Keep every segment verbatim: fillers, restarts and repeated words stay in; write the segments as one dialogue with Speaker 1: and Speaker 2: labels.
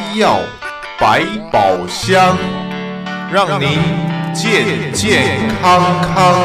Speaker 1: 医药百宝箱，让您健健康康。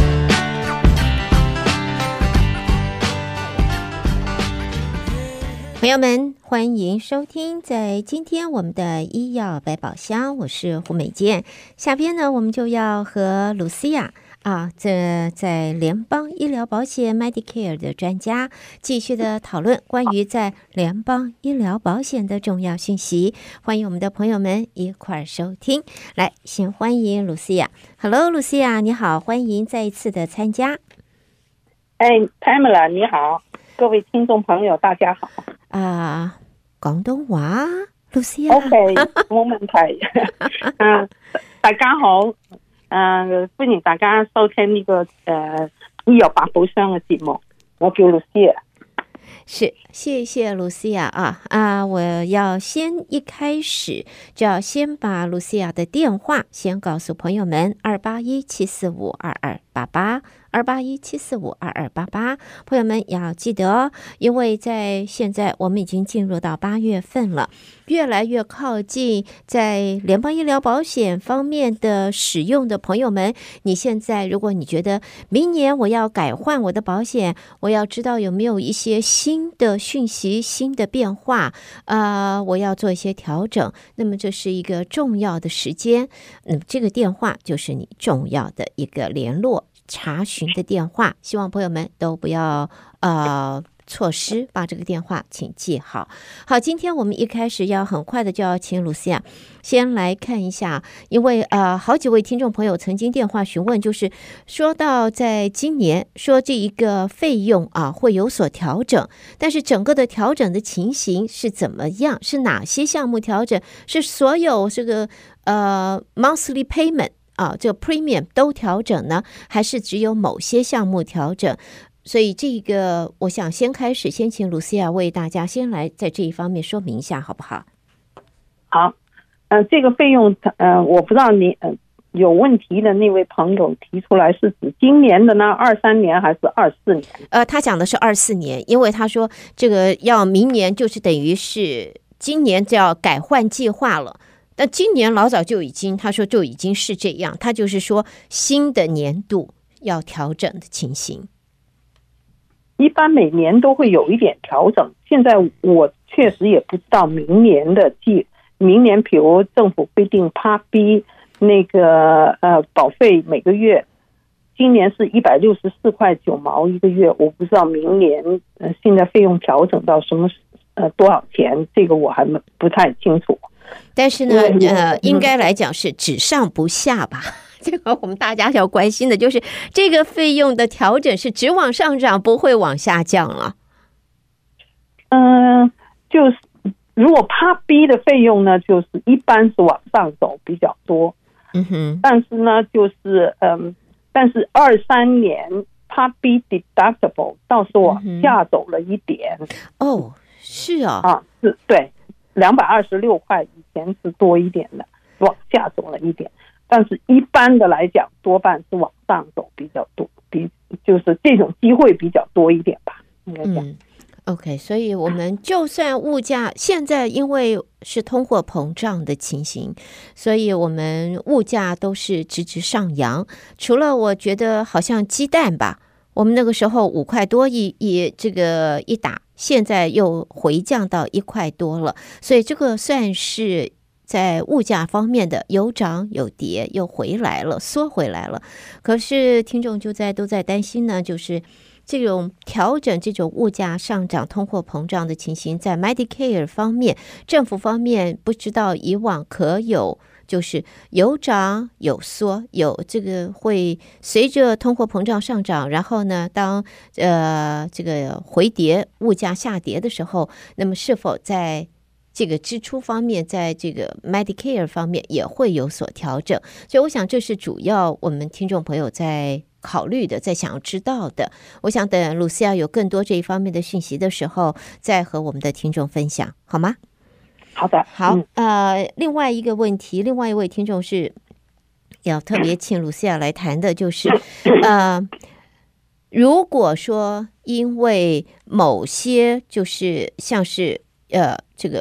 Speaker 2: 朋友们，欢迎收听在今天我们的医药百宝箱，我是胡美健。下边呢，我们就要和卢西亚啊，这在联邦医疗保险 Medicare 的专家继续的讨论关于在联邦医疗保险的重要讯息。欢迎我们的朋友们一块儿收听。来，先欢迎卢西亚。Hello， 卢西亚，你好，欢迎再一次的参加。
Speaker 3: 哎 ，Pamela， 你好，各位听众朋友，大家好。
Speaker 2: 啊，廣東話，老師啊
Speaker 3: ，OK， 冇問題。啊，大家好，誒、啊，歡迎大家收聽呢、這個誒醫藥百寶箱嘅節目。我叫露西亞。
Speaker 2: 是，謝謝露西亞啊啊！我要先一開始就要先把露西亞的電話先告訴朋友們：二八一七四五二二八八。二八一七四五二二八八，朋友们要記得哦，因為在現在我們已經進入到八月份了，越來越靠近在聯邦醫療保險方面的使用的朋友們，你現在如果你覺得明年我要改換我的保險，我要知道有沒有一些新的訊息、新的變化，呃，我要做一些調整，那麼這是一個重要的時間，那麼這個電話就是你重要的一個聯絡查詢的電話，希望朋友們都不要呃錯失，把這個電話請記好。好，今天我們一開始要很快的就要請露西亞先來看一下，因為呃好幾位聽眾朋友曾經電話詢問，就是說到在今年說這一個費用啊會有所調整，但是整個的調整的情形是怎麼樣？是哪些項目調整？是所有這個呃 monthly payment啊，這個 premium 都調整呢，還是只有某些項目調整？所以這個我想先開始，先請露西亞為大家先來在這一方面說明一下，好不好？
Speaker 3: 好，呃，這個費用，呃，我不知道你，呃，有問題的那位朋友提出來是指今年的呢，二三年還是二四年？
Speaker 2: 呃，他講的是二四年，因為他說這個要明年就是等於是今年就要改換計劃了。但今年老早就已經，他說就已經是這樣，他就是說新的年度要調整的情形。
Speaker 3: 一般每年都會有一點調整，現在我確實也不知道明年的計，明年譬如政府規定 Part B 那個呃保費每個月，今年是一百六十四塊九毛一個月，我不知道明年呃現在費用調整到什麼呃多少錢，這個我還不太清楚。
Speaker 2: 但是呢，呃，應該來講是只上不下吧。這個我們大家要關心的就是這個費用的調整是只往上漲，不會往下降了。
Speaker 3: 嗯、呃，就是如果 Part B 的費用呢，就是一般是往上走比較多。
Speaker 2: 嗯哼。但是
Speaker 3: 呢，就是嗯、呃，但是二三年 Part B deductible 倒是往下走了一點。
Speaker 2: 嗯、哦，是啊、哦。
Speaker 3: 啊，是對。兩百二十六塊以前是多一點的，往下走了一點，但是一般的來講多半是往上走比較多，比就是這種機會比較多一點吧，應該講。
Speaker 2: 嗯 OK， 所以我們就算物價現在因為是通貨膨脹的情形，所以我們物價都是直直上揚，除了我覺得好像雞蛋吧，我們那個時候五塊多一一這個一打，現在又回降到一塊多了，所以這個算是在物價方面的有漲有跌，又回來了，縮回來了。可是聽眾就在都在擔心呢，就是這種調整，這種物價上漲、通貨膨脹的情形，在 Medicare 方面，政府方面不知道以往可有。就是有漲有縮，有這個會隨着通貨膨脹上漲，然後呢，當呃這個回跌物價下跌的時候，那麼是否在這個支出方面，在這個 Medicare 方面也會有所調整？所以我想這是主要我們聽眾朋友在考慮的，在想要知道的。我想等露西亞有更多這一方面的訊息的時候，再和我們的聽眾分享，好嗎？
Speaker 3: 好的，
Speaker 2: 好，呃，另外一個問題，另外一位聽眾是要特別請露西亞來談的，就是呃，如果說因為某些就是像是呃這個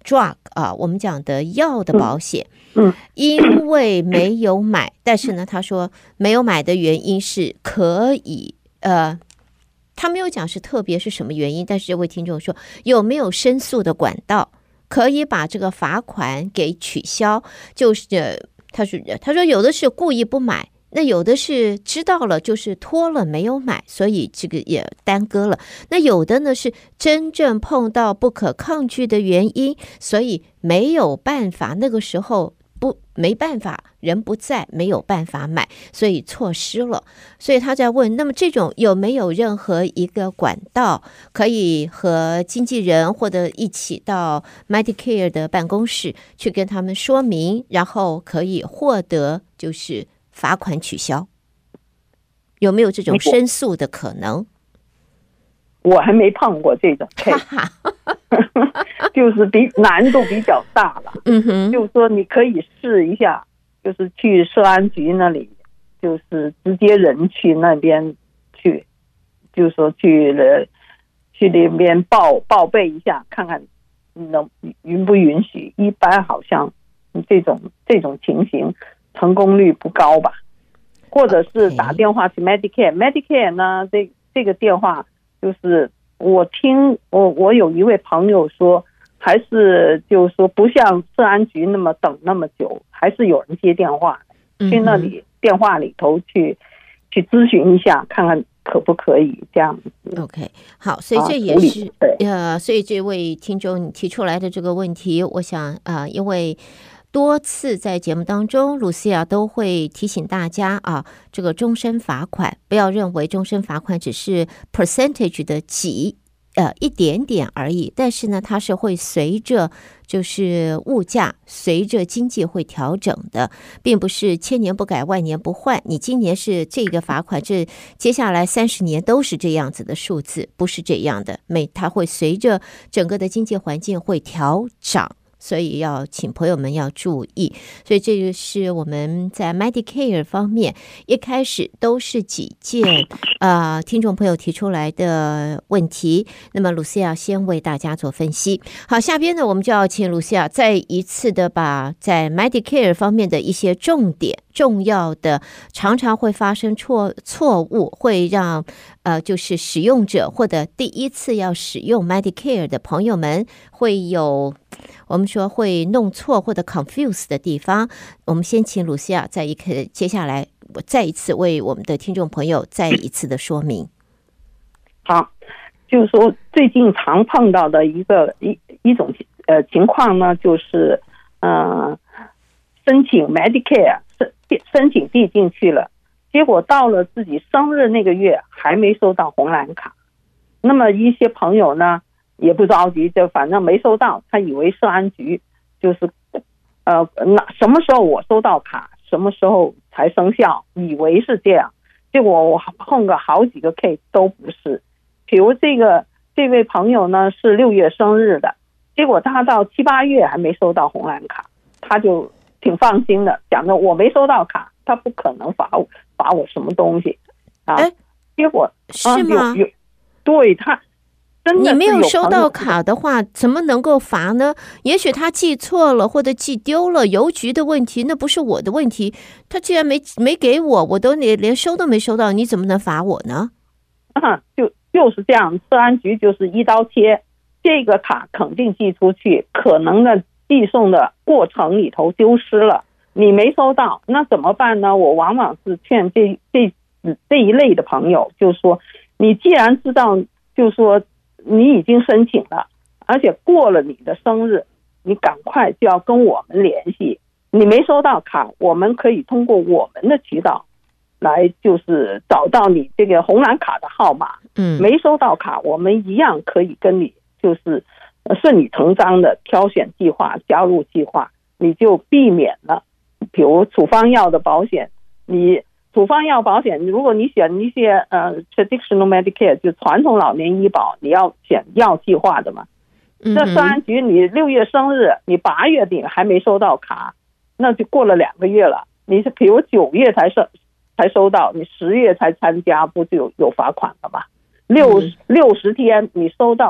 Speaker 2: drug 啊，我们讲的药的保险，
Speaker 3: 嗯，
Speaker 2: 因为没有买，但是呢，他说没有买的原因是可以，呃，他没有讲是特别是什么原因，但是这位听众说有没有申诉的管道，可以把这个罚款给取消，就是他说他说有的是故意不买。那有的是知道了，就是拖了没有买，所以这个也耽搁了。那有的呢是真正碰到不可抗拒的原因，所以没有办法，那个时候不没办法，人不在，没有办法买，所以错失了。所以他在问，那么这种有没有任何一个管道可以和经纪人或者一起到 Medicare 的办公室去跟他们说明，然后可以获得就是罚款取消，有没有这种申诉的可能？
Speaker 3: 我还没碰过这种 case， 就是比难度比较大了。嗯哼，就是说你可以试一下，就是去社安局那里，就是直接人去那边去，就是说去了去那边报报备一下，看看能允不允许。一般好像这种这种情形成功率不高吧，或者是打电话去 Medicare，Medicare 呢，这这个电话就是我听我我有一位朋友说，还是就是说不像社安局那么等那么久，还是有人接电话，去那里电话里头去去咨询一下，看看可不可以这样子。
Speaker 2: OK， 好，所以这也是、啊、呃，所以这位听众你提出来的这个问题，我想啊、呃，因为多次在节目当中，露西亚都会提醒大家啊，这个终身罚款，不要认为终身罚款只是 percentage 的几呃一点点而已，但是呢，它是会随着就是物价，随着经济会调整的，并不是千年不改，万年不换。你今年是这个罚款，这接下来三十年都是这样子的数字，不是这样的，每它会随着整个的经济环境会调涨。所以要请朋友们要注意，所以这个是我们在 Medicare 方面一开始都是几件呃听众朋友提出来的问题，那么鲁西亚先为大家做分析。好，下边呢我们就要请鲁西亚再一次的把在 Medicare 方面的一些重点重要的常常会发生错错误，会让呃就是使用者或者第一次要使用 Medicare 的朋友们会有我们说会弄错或者 confuse 的地方，我们先请鲁西亚再一个接下来再一次为我们的听众朋友再一次的说明。
Speaker 3: 好，就是说最近常碰到的一个一一种呃情况呢，就是呃申请 Medicare 申申请递进去了，结果到了自己生日那个月还没收到红蓝卡，那么一些朋友呢也不着急，就反正没收到，他以为社安局就是呃那什么时候我收到卡什么时候才生效，以为是这样，结果我碰个好几个 case 都不是。比如这个这位朋友呢是六月生日的，结果他到七八月还没收到红蓝卡，他就挺放心的，讲着我没收到卡，他不可能罚我罚我什么东西啊。结果
Speaker 2: 是吗？
Speaker 3: 啊、有有对他。
Speaker 2: 你没有收到卡的话，怎么能够罚呢？也许他记错了，或者记丢了，邮局的问题，那不是我的问题。他既然没没给我，我都连连收都没收到，你怎么能罚我呢？
Speaker 3: 啊，就就是这样，社安局就是一刀切，这个卡肯定寄出去，可能的寄送的过程里头丢失了，你没收到，那怎么办呢？我往往是劝这这这一类的朋友，就是说，你既然知道，就是说。你已经申请了，而且过了你的生日，你赶快就要跟我们联系。你没收到卡，我们可以通过我们的渠道来就是找到你这个红蓝卡的号码。嗯，没收到卡，我们一样可以跟你就是顺理成章的挑选计划，加入计划，你就避免了比如处方药的保险，你处方药保险，如果你选一些呃 traditional Medicare 就传统老年医保，你要选药计划的嘛。那社安局你六月生日，你八月底还没收到卡，那就过了两个月了。你是比如九月才收才收到，你十月才参加，不就有有罚款了吗？六六十天你收到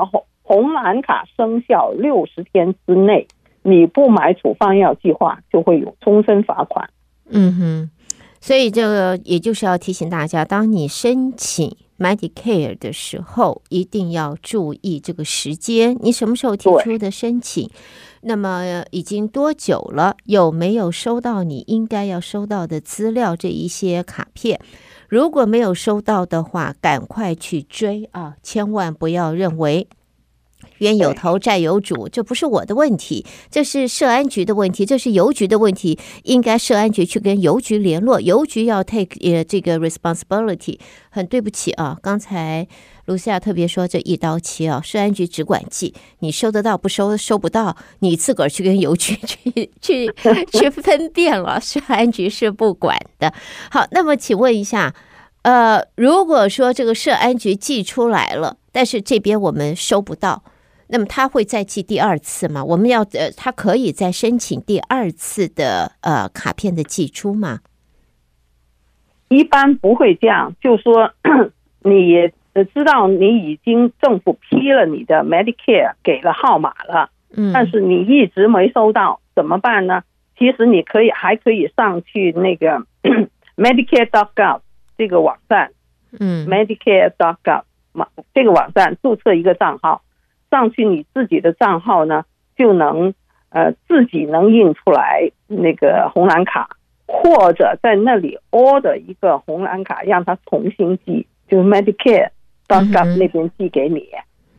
Speaker 3: 红蓝卡生效六十天之内，你不买处方药计划就会有终身罚款。
Speaker 2: 嗯哼，所以这个也就是要提醒大家，当你申请 Medicare 的时候，一定要注意这个时间，你什么时候提出的申请，那么已经多久了，有没有收到你应该要收到的资料，这一些卡片。如果没有收到的话，赶快去追啊！千万不要认为冤有头债有主，这不是我的问题，这是社安局的问题，这是邮局的问题，应该社安局去跟邮局联络，邮局要 take 呃这个 responsibility。很对不起啊，刚才卢西亚特别说这一刀切啊，社安局只管记，你收得到不收收不到，你自个儿去跟邮局去去去分辨了，社安局是不管的。好，那么请问一下，呃，如果说这个社安局寄出来了，但是这边我们收不到，那么他会再寄第二次吗？我们要呃，他可以再申请第二次的呃卡片的寄出吗？
Speaker 3: 一般不会这样，就说你也知道你已经政府批了你的 Medicare 给了号码了，嗯，但是你一直没收到，怎么办呢？其实你可以还可以上去那个Medicare dot gov 这个网站，嗯 ，Medicare dot gov 这个网站注册一个账号，上去你自己的账号呢，就能呃自己能印出来那个红蓝卡。或者在那里 order 一个红蓝卡，让他重新寄，就是 Medicare dot gov 那边寄给你。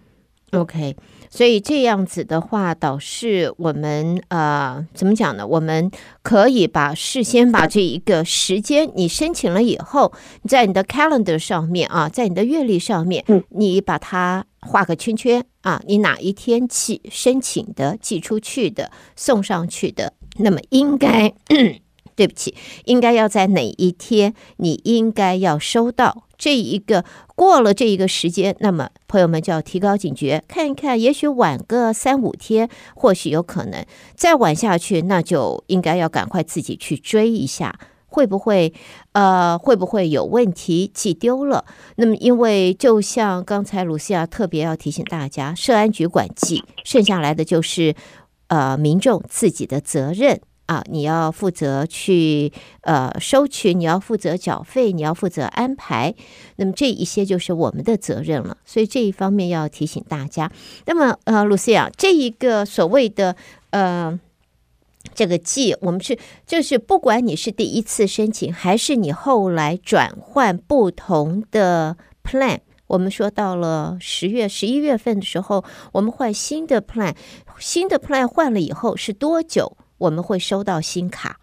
Speaker 2: OK， 所以这样子的话，导致我们呃怎么讲呢？我们可以把事先把这一个时间，你申请了以后，在你的 calendar 上面啊，在你的月历上面，嗯，你把它画个圈圈啊，你哪一天寄申请的、寄出去的、送上去的，那么应该。对不起，应该要在哪一天你应该要收到这一个，过了这一个时间，那么朋友们就要提高警觉，看一看，也许晚个三五天，或许有可能，再晚下去，那就应该要赶快自己去追一下，会不会呃会不会有问题，寄丢了？那么因为就像刚才卢西亚特别要提醒大家，社安局管寄，剩下来的就是呃民众自己的责任。啊，你要负责去呃收取，你要负责缴费，你要负责安排，那么这一些就是我们的责任了。所以这一方面要提醒大家。那么呃，露西亚，这一个所谓的呃这个季，我们是就是不管你是第一次申请，还是你后来转换不同的 plan。我们说到了十月、十一月份的时候，我们换新的 plan， 新的 plan 换了以后是多久？我们会收到新卡。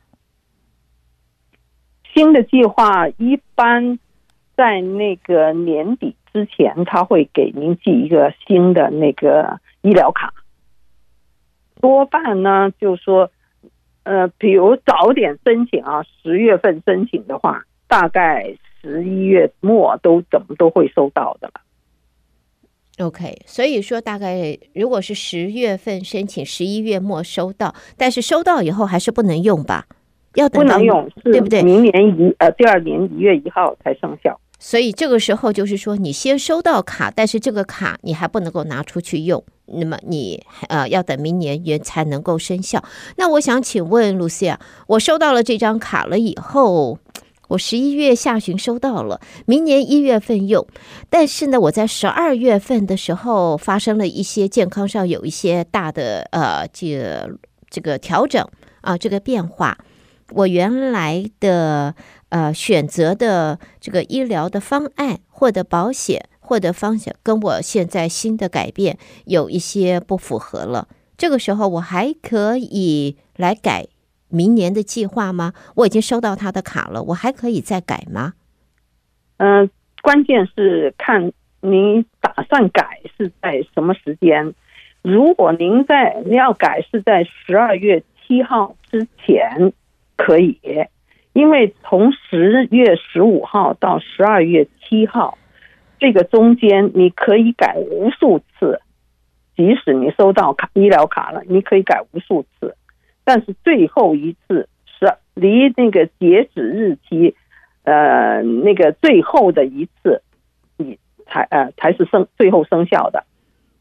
Speaker 3: 新的计划一般在那个年底之前，他会给您寄一个新的那个医疗卡。多半呢，就说，呃，比如早点申请啊，十月份申请的话，大概十一月末都怎么都会收到的了。
Speaker 2: OK， 所以说大概如果是十月份申请，十一月末收到，但是收到以后还是不能用吧？要等到
Speaker 3: 不能用，对不对？明年一呃第二年一月一号才生效。
Speaker 2: 所以这个时候就是说，你先收到卡，但是这个卡你还不能够拿出去用，那么你呃要等明年也才能够生效。那我想请问露西亚，我收到了这张卡了以后。我十一月下旬收到了，明年一月份用，但是呢，我在十二月份的时候发生了一些健康上有一些大的呃这个这个调整啊，这个变化，我原来的呃选择的这个医疗的方案或者保险或者方向跟我现在新的改变有一些不符合了，这个时候我还可以来改明年的计划吗？我已经收到他的卡了，我还可以再改吗？
Speaker 3: 嗯、呃，关键是看您打算改是在什么时间。如果您在你要改是在十二月七号之前，可以，因为从十月十五号到十二月七号这个中间，你可以改无数次。即使你收到卡医疗卡了，你可以改无数次。但是最后一次是离那个截止日期，呃，那个最后的一次，你才呃才是生最后生效的。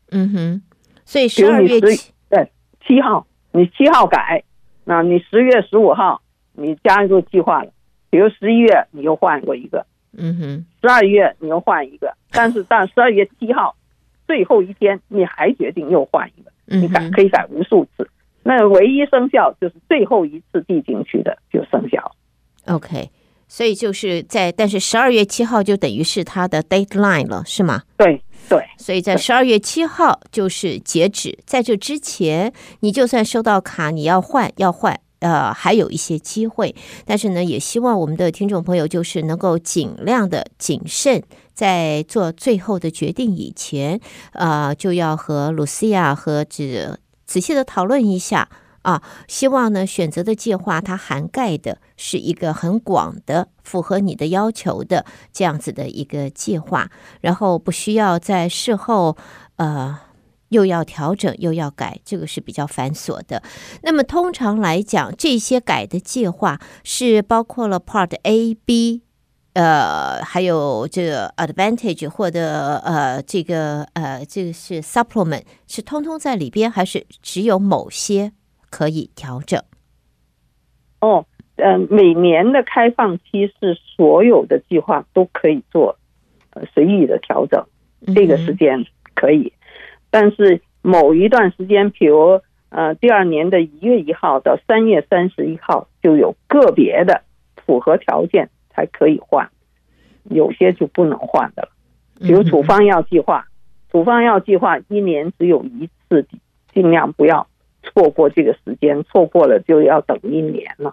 Speaker 2: 嗯哼，所以十二月七
Speaker 3: 对七号，你七号改，那你十月十五号你加入计划了，比如十一月你又换过一个，
Speaker 2: 嗯哼，
Speaker 3: 十二月你又换一个，但是到十二月七号最后一天你还决定又换一个，你改可以改无数次，那唯一生效就是最后一次递进去的就生效。
Speaker 2: OK， 所以就是在，但是十二月七号就等于是它的 deadline 了，是吗？
Speaker 3: 对对，
Speaker 2: 所以在十二月七号就是截止，在这之前，你就算收到卡，你要换要换。呃，还有一些机会，但是呢，也希望我们的听众朋友就是能够尽量的谨慎，在做最后的决定以前，呃，就要和露西亚和这仔细的讨论一下啊。希望呢，选择的计划它涵盖的是一个很广的、符合你的要求的这样子的一个计划，然后不需要在事后呃。又要调整又要改，这个是比较繁琐的。那么通常来讲，这些改的计划是包括了 Part A、B， 呃，还有这个 Advantage 或者呃这个呃这个是 Supplement， 是通通在里边，还是只有某些可以调整？
Speaker 3: 哦，呃，每年的开放期是所有的计划都可以做呃随意的调整，这个时间可以。但是某一段时间，比如呃第二年的一月一号到三月三十一号，就有个别的符合条件才可以换，有些就不能换的了。比如处方药计划，处方药计划一年只有一次，尽量不要错过这个时间，错过了就要等一年了。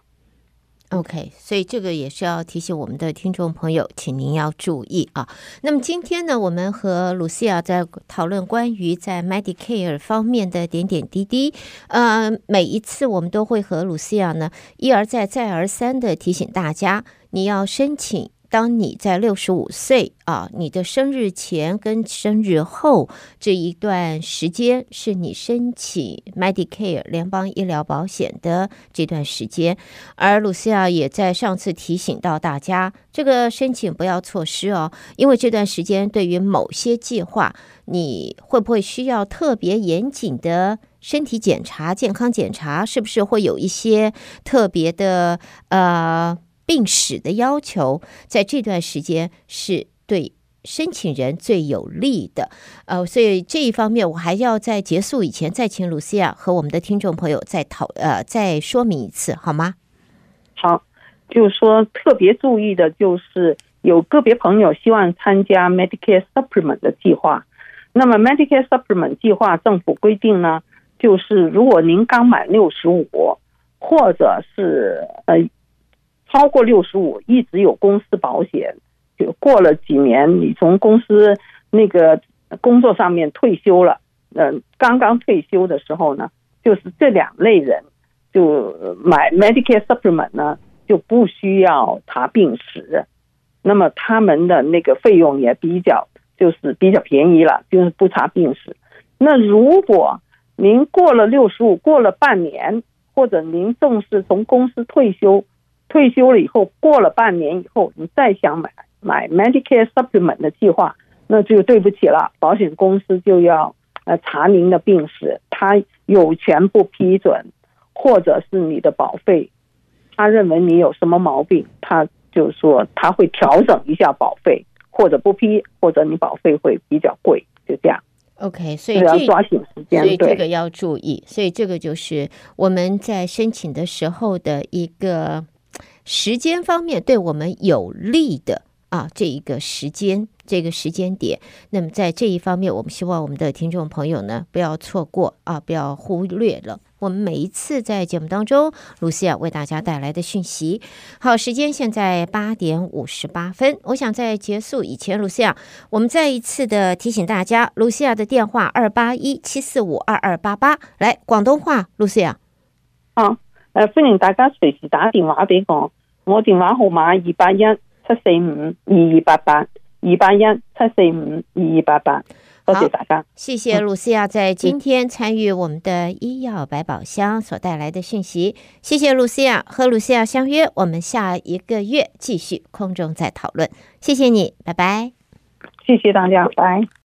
Speaker 2: OK， 所以这个也是要提醒我们的听众朋友，请您要注意啊。那么今天呢，我们和露西亚在讨论关于在 Medicare 方面的点点滴滴。呃，每一次我们都会和露西亚呢一而再再而三的提醒大家，你要申请。当你在六十五岁啊，你的生日前跟生日后这一段时间是你申请 Medicare 联邦医疗保险的这段时间，而露西亚也在上次提醒到大家，这个申请不要错失哦，因为这段时间对于某些计划，你会不会需要特别严谨的身体检查、健康检查，是不是会有一些特别的呃？病史的要求，在这段时间是对申请人最有利的，呃，所以这一方面我还要在结束以前再请露西亚和我们的听众朋友再讨呃再说明一次，好吗？
Speaker 3: 好，就是说特别注意的就是有个别朋友希望参加 Medicare Supplement 的计划，那么 Medicare Supplement 计划政府规定呢，就是如果您刚满六十五，或者是呃。超过六十五，一直有公司保险，就过了几年，你从公司那个工作上面退休了，嗯、呃，刚刚退休的时候呢，就是这两类人就买 Medicare Supplement 呢，就不需要查病史，那么他们的那个费用也比较就是比较便宜了，就是不查病史。那如果您过了六十五，过了半年，或者您正式从公司退休。退休了以后，过了半年以后，你再想买买 Medicare Supplement 的计划，那就对不起了，保险公司就要呃查您的病史，他有权不批准，或者是你的保费，他认为你有什么毛病，他就说他会调整一下保费，或者不批，或者你保费会比较贵，就这样。
Speaker 2: OK， 所以
Speaker 3: 要抓紧时间，
Speaker 2: 所以这个要注意，所以这个就是我们在申请的时候的一个。时间方面对我们有利的啊，这一个时间这个时间点，那么在这一方面，我们希望我们的听众朋友呢不要错过啊，不要忽略了我们每一次在节目当中露西亚为大家带来的讯息。好，时间现在八点五十八分，我想在结束以前，露西亚我们再一次的提醒大家，露西亚的电话二八一七四五二二八八，来广东话，露西亚。
Speaker 3: 好，誒歡迎大家隨時打電話俾我。我電話號碼二八一七四五二二八八，二八一七四五二二八八。多謝大家，
Speaker 2: 謝謝露西亞在今天參與我們的醫藥百寶箱所帶來的訊息。謝謝露西亞，和露西亞相約，我們下一個月繼續空中再討論。謝謝你，拜拜。
Speaker 3: 謝謝大家，拜。